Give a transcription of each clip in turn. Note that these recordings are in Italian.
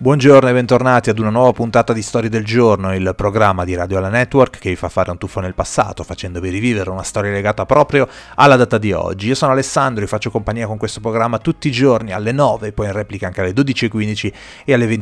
Buongiorno e bentornati ad una nuova puntata di Storie del Giorno, il programma di Radio Alla Network che vi fa fare un tuffo nel passato, facendovi rivivere una storia legata proprio alla data di oggi. Io sono Alessandro e vi faccio compagnia con questo programma tutti i giorni alle 9, poi in replica anche alle 12.15 e alle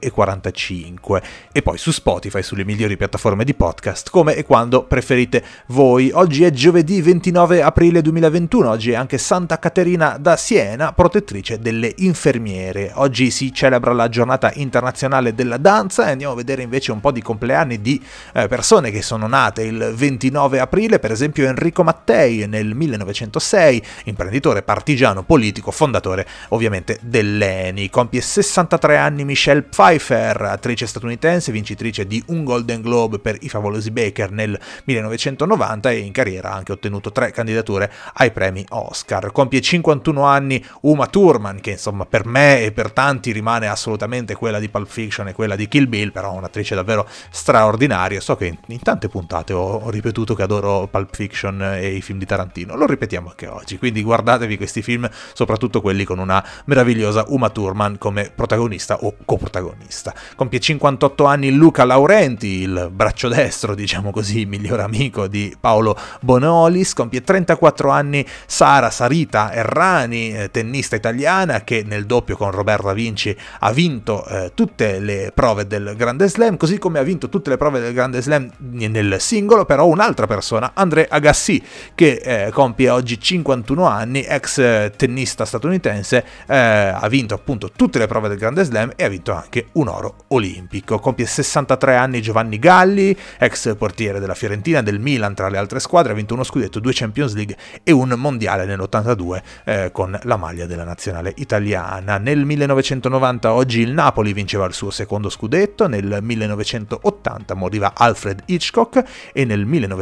22.45. E poi su Spotify, sulle migliori piattaforme di podcast, come e quando preferite voi. Oggi è giovedì 29 aprile 2021, oggi è anche Santa Caterina da Siena, protettrice delle infermiere. Oggi si celebra la giornata internazionale della danza e andiamo a vedere invece un po' di compleanni di persone che sono nate il 29 aprile, per esempio Enrico Mattei nel 1906, imprenditore, partigiano, politico, fondatore ovviamente dell'ENI. Compie 63 anni Michelle Pfeiffer, attrice statunitense, vincitrice di un Golden Globe per I favolosi Baker nel 1990 e in carriera ha anche ottenuto 3 candidature ai premi Oscar. Compie 51 anni Uma Thurman, che insomma per me e per tanti rimane assolutamente quella di Pulp Fiction e quella di Kill Bill, però un'attrice davvero straordinaria. So che in tante puntate ho ripetuto che adoro Pulp Fiction e i film di Tarantino, lo ripetiamo anche oggi, quindi guardatevi questi film, soprattutto quelli con una meravigliosa Uma Thurman come protagonista o coprotagonista. Compie 58 anni Luca Laurenti, il braccio destro, diciamo così, miglior amico di Paolo Bonolis. Compie 34 anni Sarita Errani, tennista italiana che nel doppio con Roberta Vinci ha vinto tutte le prove del Grande Slam, così come ha vinto tutte le prove del Grande Slam nel singolo, però un'altra persona, André Agassi, che compie oggi 51 anni, ex tennista statunitense, ha vinto appunto tutte le prove del Grande Slam e ha vinto anche un oro olimpico. Compie 63 anni Giovanni Galli, ex portiere della Fiorentina, del Milan tra le altre squadre, ha vinto uno scudetto, 2 Champions League e un mondiale nell'82 con la maglia della nazionale italiana. Nel 1990 oggi il Napoli vinceva il suo secondo scudetto, nel 1980 moriva Alfred Hitchcock e nel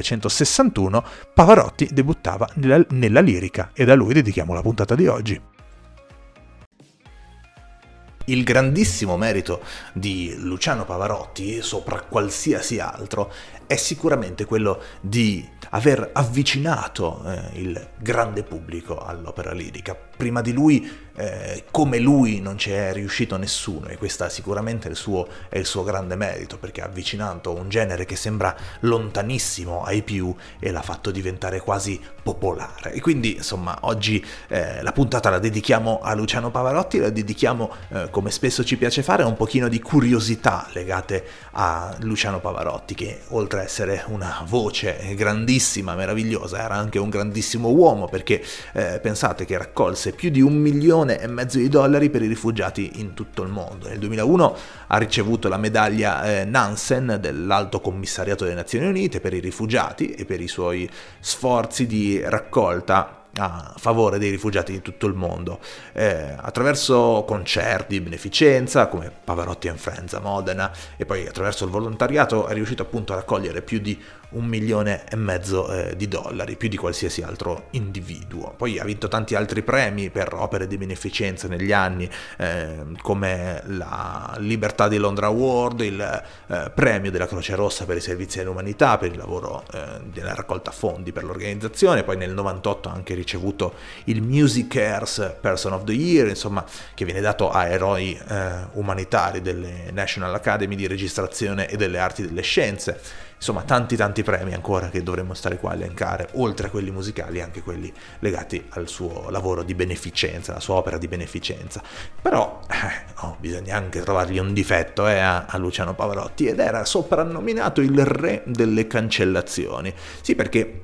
1961 Pavarotti debuttava nella lirica e da lui dedichiamo la puntata di oggi. Il grandissimo merito di Luciano Pavarotti, sopra qualsiasi altro, è sicuramente quello di aver avvicinato il grande pubblico all'opera lirica. Prima di lui, come lui, non c'è riuscito nessuno e questo sicuramente è il suo grande merito, perché ha avvicinato un genere che sembra lontanissimo ai più e l'ha fatto diventare quasi popolare. E quindi, insomma, oggi la puntata la dedichiamo a Luciano Pavarotti, la dedichiamo, come spesso ci piace fare, a un pochino di curiosità legate a Luciano Pavarotti, che oltre a essere una voce grandissima, meravigliosa, era anche un grandissimo uomo, perché pensate che raccolse più di $1,5 milioni per i rifugiati in tutto il mondo. Nel 2001 ha ricevuto la medaglia Nansen dell'Alto Commissariato delle Nazioni Unite per i rifugiati e per i suoi sforzi di raccolta a favore dei rifugiati di tutto il mondo, attraverso concerti di beneficenza come Pavarotti and Friends a Modena, e poi attraverso il volontariato è riuscito appunto a raccogliere più di $1,5 milioni, più di qualsiasi altro individuo. Poi ha vinto tanti altri premi per opere di beneficenza negli anni, come la Libertà di Londra Award, il premio della Croce Rossa per i servizi all'umanità, per il lavoro della raccolta fondi per l'organizzazione. Poi nel 98 ha anche ricevuto il Music Cares Person of the Year, insomma, che viene dato a eroi umanitari delle National Academy di Registrazione e delle Arti e delle Scienze. Insomma, tanti premi ancora che dovremmo stare qua a elencare, oltre a quelli musicali anche quelli legati al suo lavoro di beneficenza, la sua opera di beneficenza. Però bisogna anche trovargli un difetto a Luciano Pavarotti, ed era soprannominato il re delle cancellazioni. Sì, perché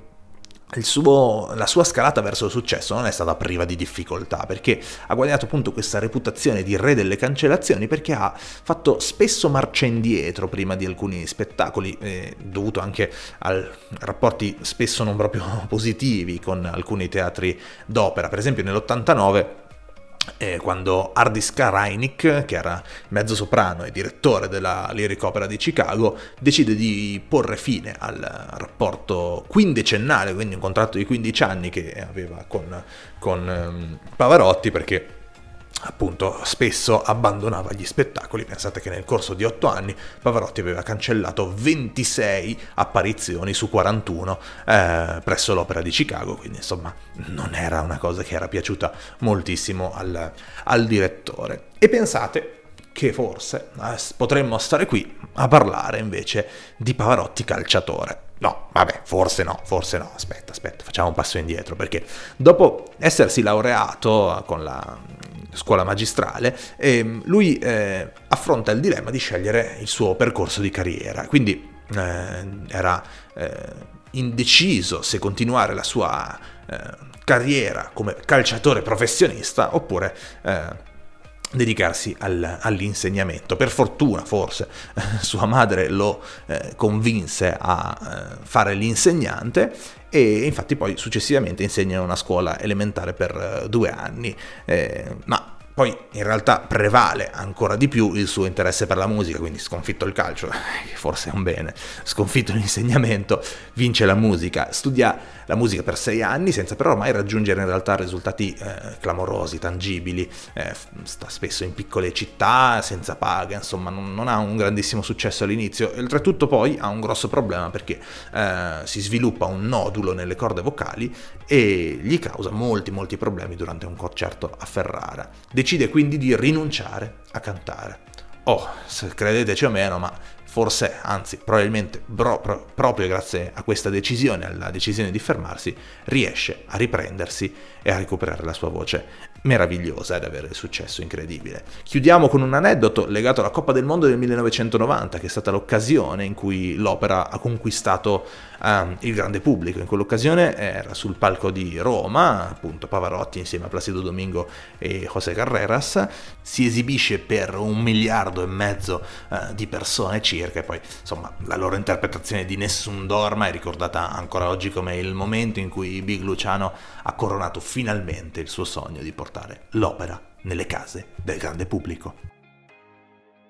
la sua scalata verso il successo non è stata priva di difficoltà, perché ha guadagnato appunto questa reputazione di re delle cancellazioni perché ha fatto spesso marcia indietro prima di alcuni spettacoli, dovuto anche a rapporti spesso non proprio positivi con alcuni teatri d'opera. Per esempio nell'89, quando Hardis Karajnik, che era mezzosoprano e direttore della Lyric Opera di Chicago, decide di porre fine al rapporto quindicennale, quindi un contratto di 15 anni che aveva con Pavarotti, perché appunto spesso abbandonava gli spettacoli. Pensate che nel corso di 8 anni Pavarotti aveva cancellato 26 apparizioni su 41 presso l'Opera di Chicago, quindi insomma non era una cosa che era piaciuta moltissimo al direttore. E pensate che forse potremmo stare qui a parlare invece di Pavarotti calciatore. No, vabbè, forse no, aspetta, facciamo un passo indietro, perché dopo essersi laureato con la scuola magistrale, lui affronta il dilemma di scegliere il suo percorso di carriera, quindi era indeciso se continuare la sua carriera come calciatore professionista oppure dedicarsi all'insegnamento. Per fortuna, forse, sua madre lo convinse a fare l'insegnante, e infatti poi successivamente insegna in una scuola elementare per 2 anni, ma poi in realtà prevale ancora di più il suo interesse per la musica, quindi sconfitto il calcio, che forse è un bene, sconfitto l'insegnamento, vince la musica, studia la musica per 6 anni senza però mai raggiungere in realtà risultati clamorosi, tangibili, sta spesso in piccole città, senza paga, insomma non ha un grandissimo successo all'inizio, e oltretutto poi ha un grosso problema perché si sviluppa un nodulo nelle corde vocali e gli causa molti problemi durante un concerto a Ferrara. Decide quindi di rinunciare a cantare. Se credeteci o meno, ma forse, anzi, probabilmente proprio grazie a questa decisione, alla decisione di fermarsi, riesce a riprendersi e a recuperare la sua voce meravigliosa ed avere successo incredibile. Chiudiamo con un aneddoto legato alla Coppa del Mondo del 1990, che è stata l'occasione in cui l'opera ha conquistato il grande pubblico. In quell'occasione era sul palco di Roma, appunto Pavarotti insieme a Placido Domingo e José Carreras, si esibisce per 1,5 miliardi di persone circa, e poi insomma la loro interpretazione di Nessun Dorma è ricordata ancora oggi come il momento in cui Big Luciano ha coronato finalmente il suo sogno di portare l'opera nelle case del grande pubblico.